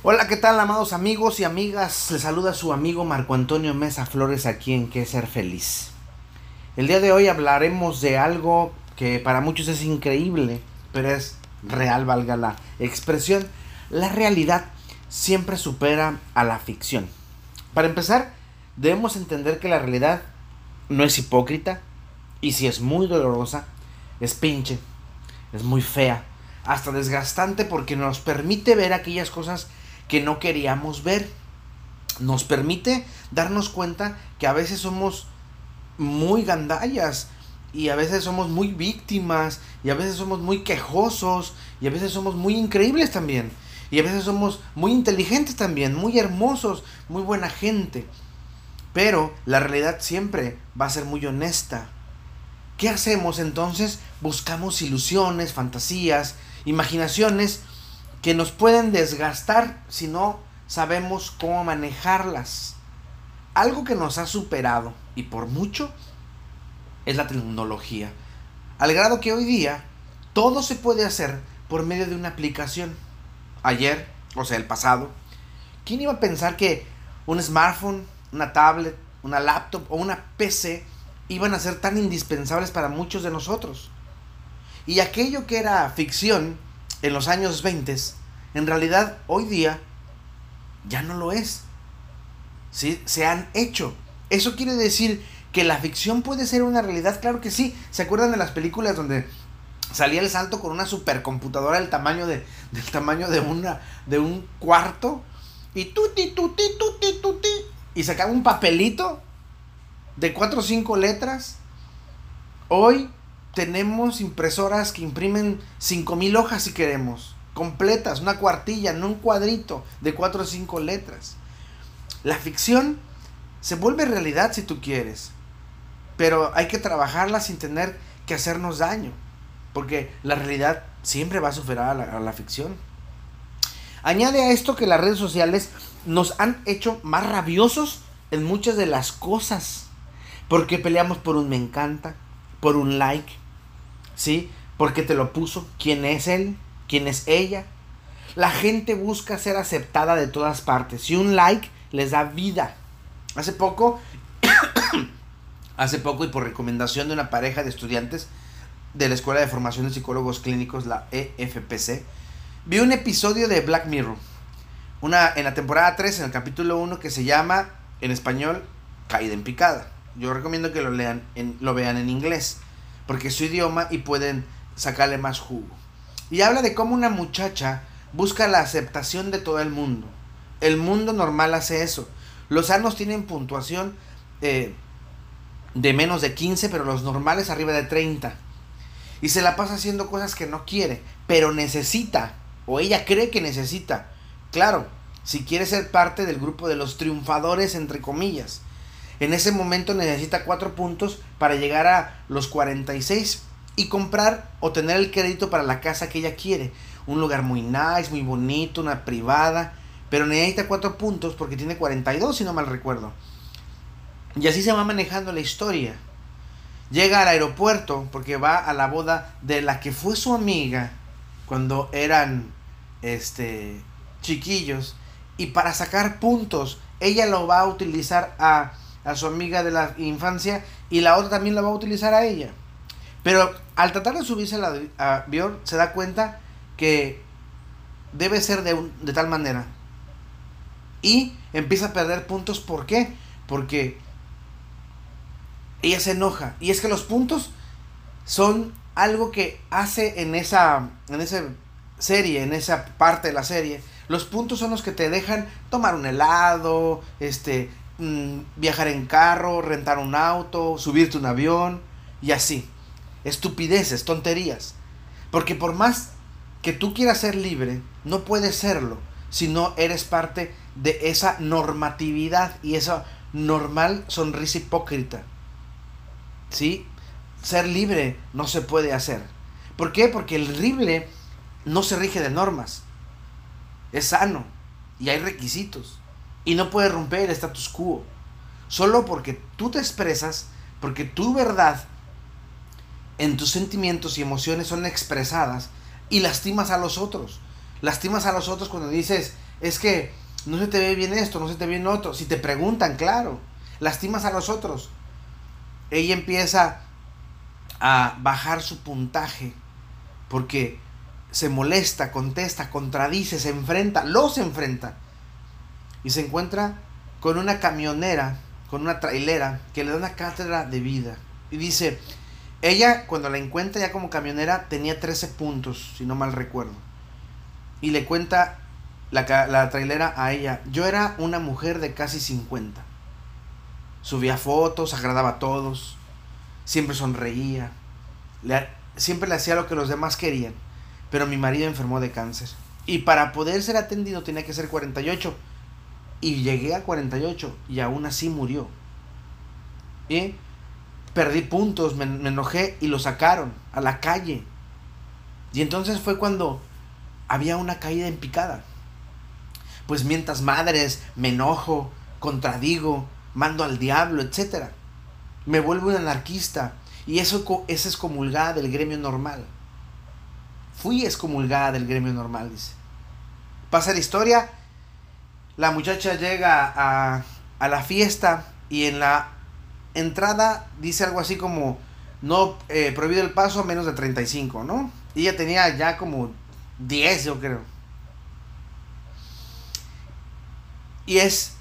Hola, ¿qué tal, amados amigos y amigas? Les saluda su amigo Marco Antonio Mesa Flores aquí en Qué Ser Feliz. El día de hoy hablaremos de algo que para muchos es increíble, pero es real, valga la expresión. La realidad siempre supera a la ficción. Para empezar, debemos entender que la realidad no es hipócrita y si es muy dolorosa, es pinche, es muy fea, hasta desgastante porque nos permite ver aquellas cosas que no queríamos ver. Nos permite darnos cuenta que a veces somos muy gandallas y a veces somos muy víctimas y a veces somos muy quejosos y a veces somos muy increíbles también y a veces somos muy inteligentes también, muy hermosos, muy buena gente. Pero la realidad siempre va a ser muy honesta. ¿Qué hacemos entonces? Buscamos ilusiones, fantasías, imaginaciones que nos pueden desgastar si no sabemos cómo manejarlas. Algo que nos ha superado, y por mucho, es la tecnología. Al grado que hoy día todo se puede hacer por medio de una aplicación. Ayer, o sea, el pasado, ¿quién iba a pensar que un smartphone, una tablet, una laptop o una PC iban a ser tan indispensables para muchos de nosotros? Y aquello que era ficción en los años 20, en realidad hoy día ya no lo es. ¿Sí? Se han hecho. Eso quiere decir que la ficción puede ser una realidad, claro que sí. ¿Se acuerdan de las películas donde salía el salto con una supercomputadora del tamaño de un cuarto? Y tuti, tuti, tuti, tuti. Y sacaba un papelito de 4 o 5 letras. Hoy tenemos impresoras que imprimen 5,000 hojas si queremos. Completas, una cuartilla, no un cuadrito de 4 o 5 letras. La ficción se vuelve realidad si tú quieres. Pero hay que trabajarla sin tener que hacernos daño. Porque la realidad siempre va a superar a la ficción. Añade a esto que las redes sociales nos han hecho más rabiosos en muchas de las cosas. Porque peleamos por un me encanta, por un like, ¿sí? Porque te lo puso. ¿Quién es él? ¿Quién es ella? La gente busca ser aceptada de todas partes. Y un like les da vida. Hace poco y por recomendación de una pareja de estudiantes de la Escuela de Formación de Psicólogos Clínicos, la EFPC, vi un episodio de Black Mirror. En la temporada 3, en el capítulo 1, que se llama, en español, Caída en Picada. Yo recomiendo que lo vean en inglés, porque es su idioma y pueden sacarle más jugo. Y habla de cómo una muchacha busca la aceptación de todo el mundo. El mundo normal hace eso. Los sanos tienen puntuación de menos de 15, pero los normales arriba de 30. Y se la pasa haciendo cosas que no quiere, pero necesita, o ella cree que necesita. Claro, si quiere ser parte del grupo de los triunfadores, entre comillas. En ese momento necesita 4 puntos para llegar a los 46 y comprar o tener el crédito para la casa que ella quiere. Un lugar muy nice, muy bonito, una privada. Pero necesita 4 puntos porque tiene 42, si no mal recuerdo. Y así se va manejando la historia. Llega al aeropuerto porque va a la boda de la que fue su amiga cuando eran chiquillos. Y para sacar puntos, ella lo va a utilizar a su amiga de la infancia y la otra también la va a utilizar a ella. Pero al tratar de subirse al avión se da cuenta que debe ser de tal manera. Y empieza a perder puntos. ¿Por qué? Porque ella se enoja. Y es que los puntos son algo que hace en esa serie, en esa parte de la serie. Los puntos son los que te dejan tomar un helado, viajar en carro, rentar un auto, subirte a un avión y así. Estupideces, tonterías. Porque por más que tú quieras ser libre, no puedes serlo si no eres parte de esa normatividad y esa normal sonrisa hipócrita. ¿Sí? Ser libre no se puede hacer. ¿Por qué? Porque el libre no se rige de normas. Es sano y hay requisitos. Y no puede romper el status quo. Solo porque tú te expresas, porque tu verdad en tus sentimientos y emociones son expresadas y lastimas a los otros. Lastimas a los otros cuando dices, Es que no se te ve bien esto, no se te ve bien otro. Si te preguntan, claro, lastimas a los otros. Ella empieza a bajar su puntaje porque se molesta, contesta, contradice, se enfrenta, los enfrenta. Y se encuentra con una camionera, con una trailera, que le da una cátedra de vida. Y dice, ella cuando la encuentra ya como camionera tenía 13 puntos, si no mal recuerdo. Y le cuenta la trailera a ella, yo era una mujer de casi 50. Subía fotos, agradaba a todos, siempre sonreía, siempre le hacía lo que los demás querían. Pero mi marido enfermó de cáncer. Y para poder ser atendido tenía que ser 48. Y llegué a 48 y aún así murió. Y perdí puntos, me enojé y lo sacaron a la calle. Y entonces fue cuando había una caída en picada. Pues mientas madres, me enojo, contradigo, mando al diablo, etcétera. Me vuelvo un anarquista. Y esa es excomulgada del gremio normal. Fui excomulgada del gremio normal, dice. Pasa la historia. La muchacha llega a la fiesta y en la entrada dice algo así como no prohibido el paso a menos de 35, ¿no? Y ella tenía ya como 10, yo creo. Y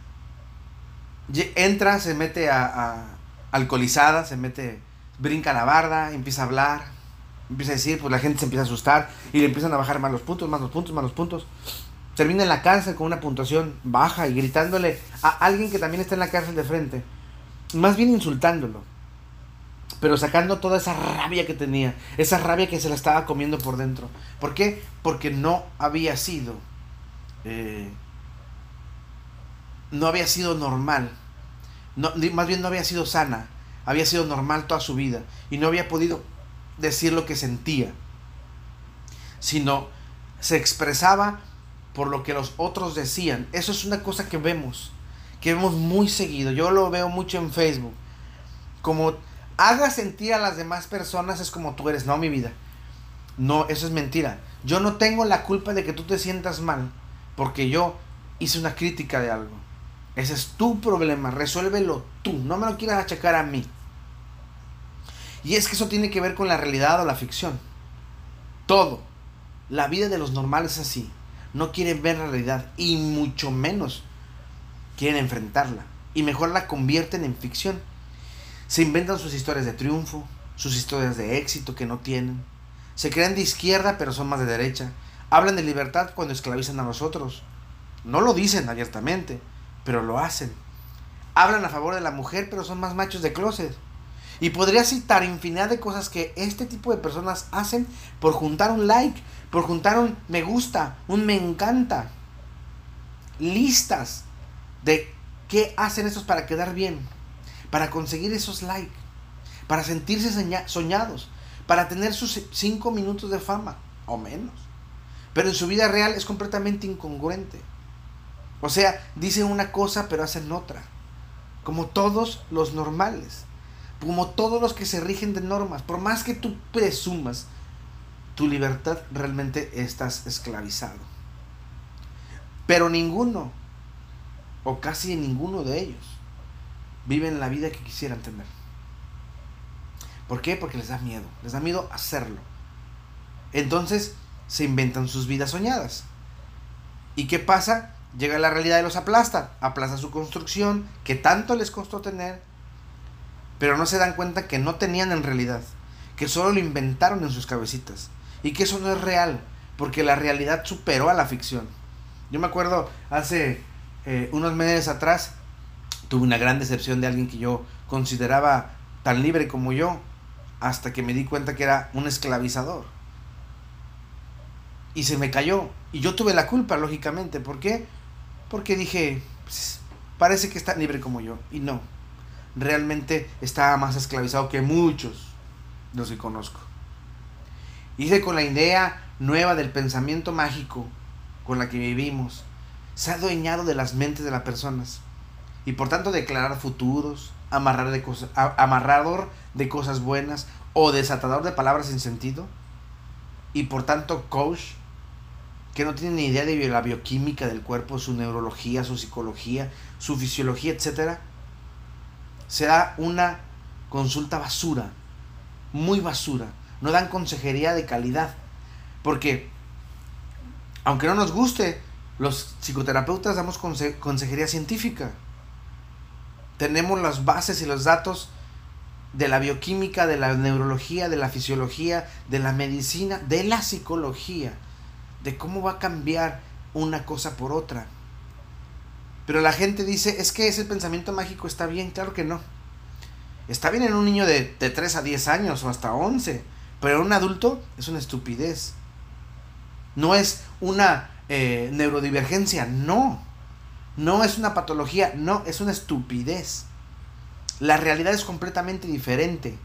entra, se mete a alcoholizada, se mete, brinca la barda, empieza a hablar, empieza a decir, pues la gente se empieza a asustar y le empiezan a bajar más los puntos, más los puntos, más los puntos. Termina en la cárcel con una puntuación baja y gritándole a alguien que también está en la cárcel de frente. Más bien insultándolo. Pero sacando toda esa rabia que tenía. Esa rabia que se la estaba comiendo por dentro. ¿Por qué? Porque no había sido. No había sido normal. No, más bien no había sido sana. Había sido normal toda su vida. Y no había podido decir lo que sentía. Sino se expresaba por lo que los otros decían. Eso es una cosa que vemos muy seguido. Yo lo veo mucho en Facebook. Como hagas sentir a las demás personas es como tú eres. No, mi vida. No, eso es mentira. Yo no tengo la culpa de que tú te sientas mal porque yo hice una crítica de algo. Ese es tu problema. Resuélvelo tú. No me lo quieras achacar a mí. Y es que eso tiene que ver con la realidad o la ficción. Todo. La vida de los normales es así. No quieren ver la realidad y mucho menos quieren enfrentarla. Y mejor la convierten en ficción. Se inventan sus historias de triunfo, sus historias de éxito que no tienen. Se creen de izquierda pero son más de derecha. Hablan de libertad cuando esclavizan a los otros. No lo dicen abiertamente, pero lo hacen. Hablan a favor de la mujer pero son más machos de closet. Y podría citar infinidad de cosas que este tipo de personas hacen por juntar un like, por juntar un me gusta, un me encanta. Listas de qué hacen estos para quedar bien, para conseguir esos likes, para sentirse soñados, para tener sus 5 minutos de fama o menos. Pero en su vida real es completamente incongruente. O sea, dicen una cosa pero hacen otra. Como todos los normales. Como todos los que se rigen de normas. Por más que tú presumas tu libertad, realmente estás esclavizado. Pero ninguno, o casi ninguno de ellos, viven la vida que quisieran tener. ¿Por qué? Porque les da miedo. Les da miedo hacerlo. Entonces se inventan sus vidas soñadas. ¿Y qué pasa? Llega la realidad y los aplasta. Aplasta su construcción, que tanto les costó tener. Pero no se dan cuenta que no tenían en realidad. Que solo lo inventaron en sus cabecitas. Y que eso no es real. Porque la realidad superó a la ficción. Yo me acuerdo hace unos meses atrás. Tuve una gran decepción de alguien que yo consideraba tan libre como yo. Hasta que me di cuenta que era un esclavizador. Y se me cayó. Y yo tuve la culpa, lógicamente. ¿Por qué? Porque dije, pues, parece que es tan libre como yo. Y no. Realmente estaba más esclavizado que muchos de los que conozco. Hice con la idea nueva del pensamiento mágico con la que vivimos. Se ha adueñado de las mentes de las personas. Y por tanto declarar futuros, amarrador de cosas buenas o desatador de palabras sin sentido. Y por tanto coach, que no tienen ni idea de la bioquímica del cuerpo, su neurología, su psicología, su fisiología, etcétera, será una consulta basura, muy basura. No dan consejería de calidad, porque aunque no nos guste, los psicoterapeutas damos consejería científica. Tenemos las bases y los datos de la bioquímica, de la neurología, de la fisiología, de la medicina, de la psicología, de cómo va a cambiar una cosa por otra. Pero la gente dice, es que ese pensamiento mágico está bien. Claro que no. Está bien en un niño de 3 a 10 años o hasta 11, pero en un adulto es una estupidez. No es una neurodivergencia, no. No es una patología, no, es una estupidez. La realidad es completamente diferente.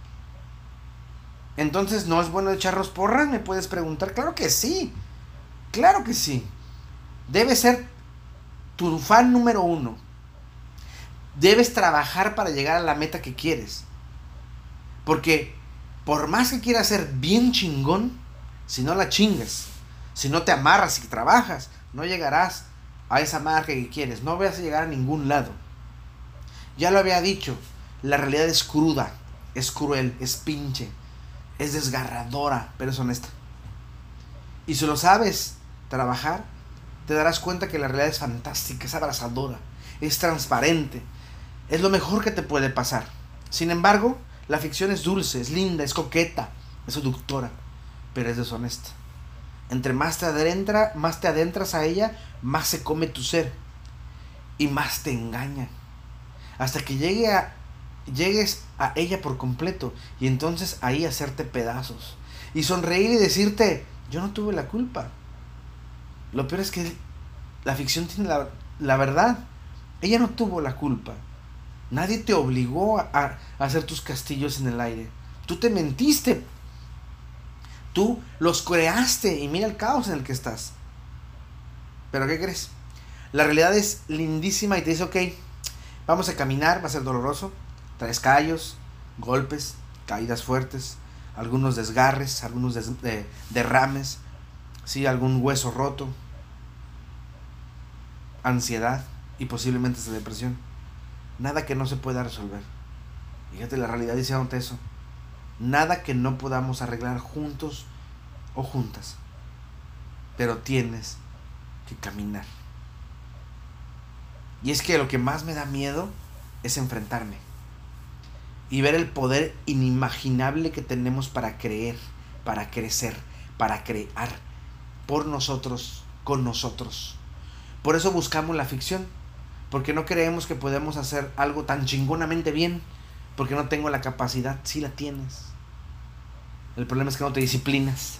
Entonces, ¿no es bueno echarnos porras? Me puedes preguntar. Claro que sí. Claro que sí. Debe ser tu fan número 1. Debes trabajar para llegar a la meta que quieres. Porque por más que quieras ser bien chingón, si no la chingas, si no te amarras y trabajas, no llegarás a esa marca que quieres. No vas a llegar a ningún lado. Ya lo había dicho, la realidad es cruda, es cruel, es pinche, es desgarradora, pero es honesta. Y si lo sabes trabajar, te darás cuenta que la realidad es fantástica, es abrazadora, es transparente, es lo mejor que te puede pasar. Sin embargo, la ficción es dulce, es linda, es coqueta, es seductora, pero es deshonesta. Entre más te adentras a ella, más se come tu ser y más te engaña. Hasta que llegues a ella por completo y entonces ahí hacerte pedazos y sonreír y decirte, yo no tuve la culpa. Lo peor es que la ficción tiene la verdad. Ella no tuvo la culpa. Nadie te obligó a hacer tus castillos en el aire. Tú te mentiste. Tú los creaste y mira el caos en el que estás. ¿Pero qué crees? La realidad es lindísima y te dice, ok, vamos a caminar, va a ser doloroso. Traes callos, golpes, caídas fuertes, algunos desgarres, algunos derrames, sí, algún hueso roto, ansiedad y posiblemente esa depresión. Nada que no se pueda resolver. Fíjate la realidad diciéndote eso. Nada que no podamos arreglar juntos o juntas. Pero tienes que caminar. Y es que lo que más me da miedo es enfrentarme y ver el poder inimaginable que tenemos para creer, para crecer, para crear por nosotros, con nosotros. Por eso buscamos la ficción, porque no creemos que podemos hacer algo tan chingonamente bien, porque no tengo la capacidad. Sí la tienes. El problema es que no te disciplinas.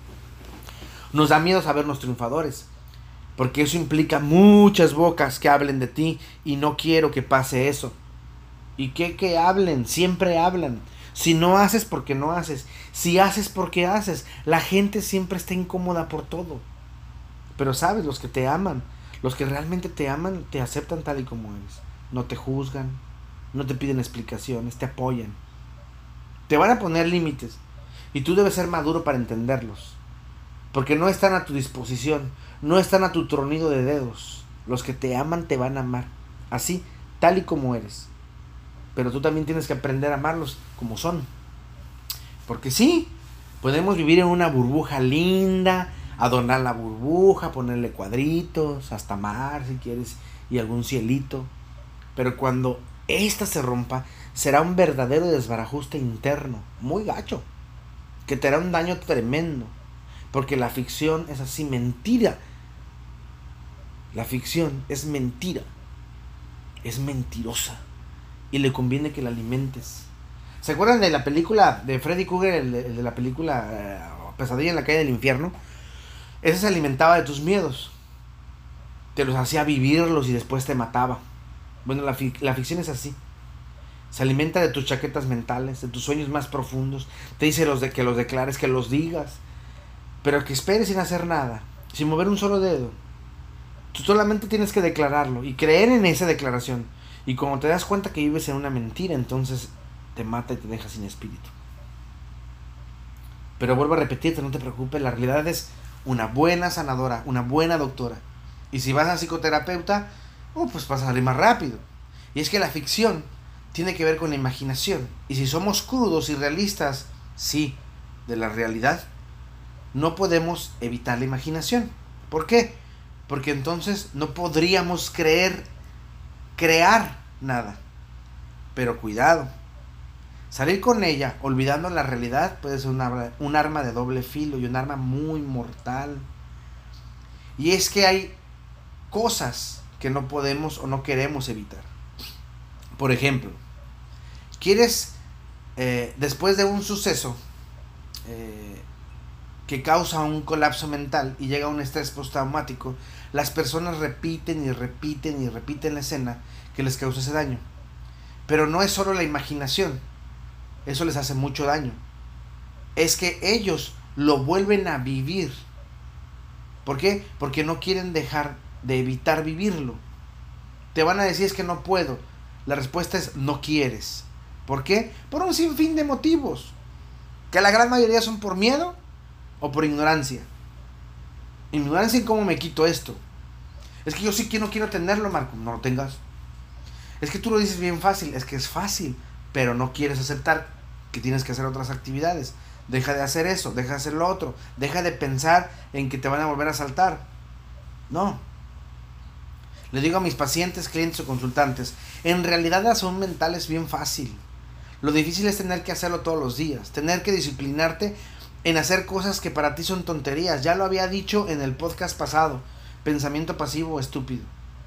Nos da miedo sabernos triunfadores, porque eso implica muchas bocas que hablen de ti y no quiero que pase eso. ¿Y qué que hablen? Siempre hablan. Si no haces, porque no haces. Si haces, porque haces. La gente siempre está incómoda por todo. Pero sabes, los que te aman, los que realmente te aman, te aceptan tal y como eres. No te juzgan, no te piden explicaciones, te apoyan. Te van a poner límites y tú debes ser maduro para entenderlos. Porque no están a tu disposición, no están a tu tronido de dedos. Los que te aman te van a amar, así, tal y como eres. Pero tú también tienes que aprender a amarlos como son. Porque sí, podemos vivir en una burbuja linda, adornar la burbuja, ponerle cuadritos, hasta mar si quieres, y algún cielito. Pero cuando esta se rompa, será un verdadero desbarajuste interno, muy gacho, que te hará un daño tremendo. Porque la ficción es así, mentira. La ficción es mentira. Es mentirosa. Y le conviene que la alimentes. ¿Se acuerdan de la película de Freddy Krueger, el de la película Pesadilla en la calle del infierno? Ese se alimentaba de tus miedos. Te los hacía vivirlos y después te mataba. Bueno, la ficción es así. Se alimenta de tus chaquetas mentales, de tus sueños más profundos. Te dice que los declares, que los digas. Pero que esperes sin hacer nada, sin mover un solo dedo. Tú solamente tienes que declararlo y creer en esa declaración. Y cuando te das cuenta que vives en una mentira, entonces te mata y te deja sin espíritu. Pero vuelvo a repetirte, no te preocupes, la realidad es una buena sanadora, una buena doctora. Y si vas a psicoterapeuta, pues vas a salir más rápido. Y es que la ficción tiene que ver con la imaginación. Y si somos crudos y realistas, sí, de la realidad, no podemos evitar la imaginación. ¿Por qué? Porque entonces no podríamos crear nada. Pero cuidado, salir con ella olvidando la realidad puede ser un arma de doble filo y un arma muy mortal. Y es que hay cosas que no podemos o no queremos evitar. Por ejemplo, quieres, después de un suceso que causa un colapso mental y llega a un estrés postraumático, las personas repiten y repiten y repiten la escena que les causó ese daño. Pero no es solo la imaginación, eso les hace mucho daño. Es que ellos lo vuelven a vivir. ¿Por qué? Porque no quieren dejar de evitar vivirlo. Te van a decir es que no puedo. La respuesta es no quieres. ¿Por qué? Por un sinfín de motivos. Que la gran mayoría son por miedo o por ignorancia. Ignorancia en cómo me quito esto. Es que yo sí que no quiero tenerlo, Marco. No lo tengas. Es que tú lo dices bien fácil. Es que es fácil. Pero no quieres aceptar que tienes que hacer otras actividades. Deja de hacer eso. Deja de hacer lo otro. Deja de pensar en que te van a volver a asaltar. No. Le digo a mis pacientes, clientes o consultantes, en realidad la salud mental es bien fácil. Lo difícil es tener que hacerlo todos los días, tener que disciplinarte en hacer cosas que para ti son tonterías. Ya lo había dicho en el podcast pasado, pensamiento pasivo estúpido.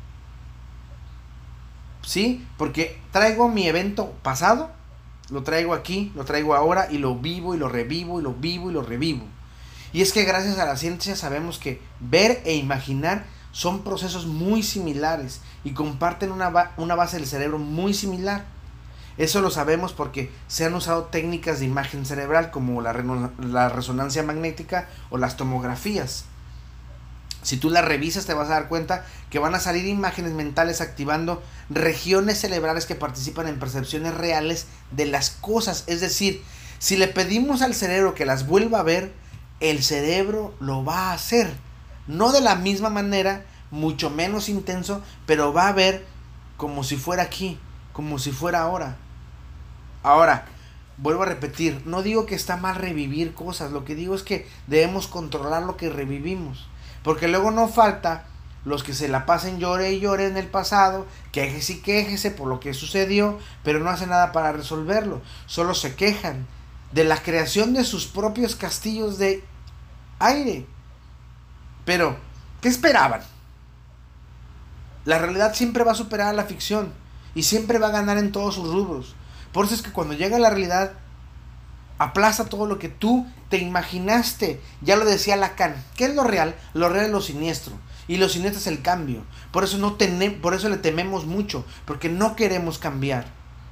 ¿Sí? Porque traigo mi evento pasado, lo traigo aquí, lo traigo ahora y lo vivo y lo revivo y lo vivo y lo revivo. Y es que gracias a la ciencia sabemos que ver e imaginar son procesos muy similares y comparten una base del cerebro muy similar. Eso lo sabemos porque se han usado técnicas de imagen cerebral como la resonancia magnética o las tomografías. Si tú las revisas te vas a dar cuenta que van a salir imágenes mentales activando regiones cerebrales que participan en percepciones reales de las cosas. Es decir, si le pedimos al cerebro que las vuelva a ver, el cerebro lo va a hacer. No de la misma manera, mucho menos intenso, pero va a ver como si fuera aquí, como si fuera ahora. Ahora, vuelvo a repetir, no digo que está mal revivir cosas, lo que digo es que debemos controlar lo que revivimos. Porque luego no falta los que se la pasen llore y llore en el pasado, quéjese y quéjese por lo que sucedió, pero no hacen nada para resolverlo. Solo se quejan de la creación de sus propios castillos de aire. Pero, ¿qué esperaban? La realidad siempre va a superar a la ficción y siempre va a ganar en todos sus rubros. Por eso es que cuando llega la realidad, aplaza todo lo que tú te imaginaste. Ya lo decía Lacan. ¿Qué es lo real? Lo real es lo siniestro. Y lo siniestro es el cambio. Por eso le tememos mucho, porque no queremos cambiar.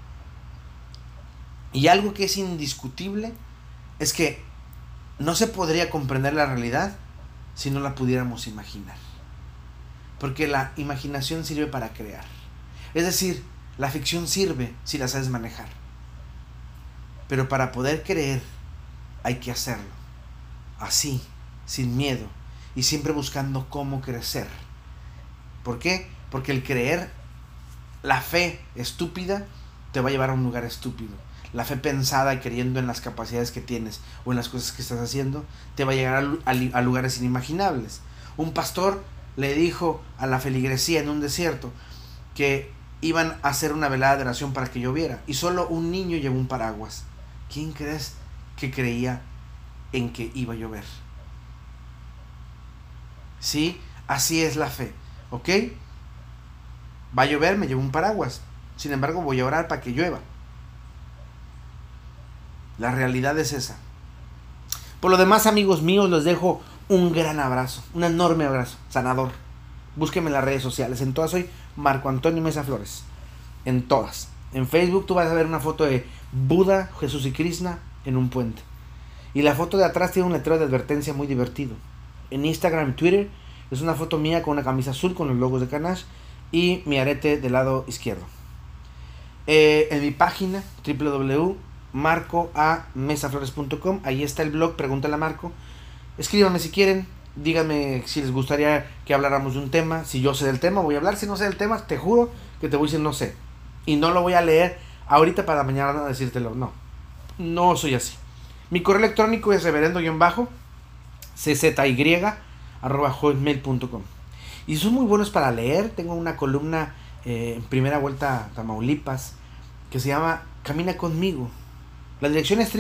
Y algo que es indiscutible es que no se podría comprender la realidad si no la pudiéramos imaginar. Porque la imaginación sirve para crear. Es decir, la ficción sirve si la sabes manejar. Pero para poder creer hay que hacerlo. Así, sin miedo. Y siempre buscando cómo crecer. ¿Por qué? Porque el creer, la fe estúpida, te va a llevar a un lugar estúpido. La fe pensada y creyendo en las capacidades que tienes o en las cosas que estás haciendo, te va a llegar a lugares inimaginables. Un pastor le dijo a la feligresía en un desierto que iban a hacer una velada de oración para que lloviera. Y solo un niño llevó un paraguas. ¿Quién crees que creía en que iba a llover? Sí, así es la fe. ¿Ok? Va a llover, me llevo un paraguas. Sin embargo, voy a orar para que llueva. La realidad es esa. Por lo demás, amigos míos, les dejo un gran abrazo, un enorme abrazo, sanador. Búsquenme en las redes sociales. En todas soy Marco Antonio Mesa Flores. En todas. En Facebook tú vas a ver una foto de Buda, Jesús y Krishna en un puente. Y la foto de atrás tiene un letrero de advertencia muy divertido. En Instagram y Twitter es una foto mía con una camisa azul con los logos de Canash y mi arete del lado izquierdo. En mi página www.marcoamesaflores.com, ahí está el blog, pregúntale a Marco. Escríbanme si quieren, Díganme si les gustaría que habláramos de un tema. Si yo sé del tema, voy a hablar. Si no sé del tema, te juro que te voy a decir no sé. Y no lo voy a leer ahorita para mañana decírtelo. No, no soy así. Mi correo electrónico es reverendo-czy@hotmail.com. Y son muy buenos para leer. Tengo una columna en Primera Vuelta Tamaulipas que se llama Camina conmigo. La dirección es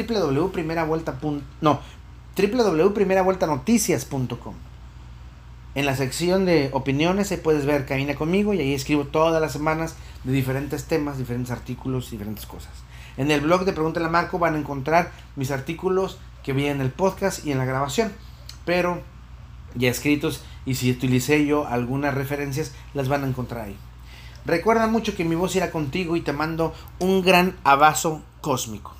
www.primeravueltanoticias.com. En la sección de opiniones ahí puedes ver Camina conmigo y ahí escribo todas las semanas de diferentes temas, diferentes artículos, diferentes cosas. En el blog de Pregúntale a Marco van a encontrar mis artículos que vienen en el podcast y en la grabación, pero ya escritos, y si utilicé yo algunas referencias las van a encontrar ahí. Recuerda mucho que mi voz irá contigo y te mando un gran abrazo cósmico.